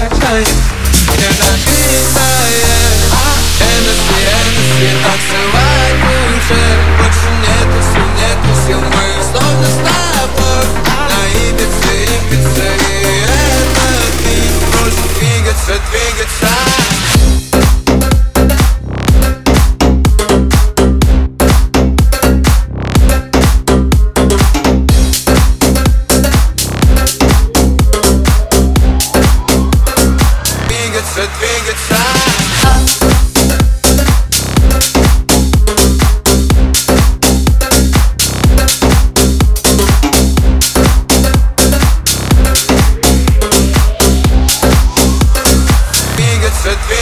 качает. Ядовитое Hennessy танцевать уже. Больше нету сил, мы словно с тобой на Ибице. И этот бит может двигаться. Двигаться. Двигаться.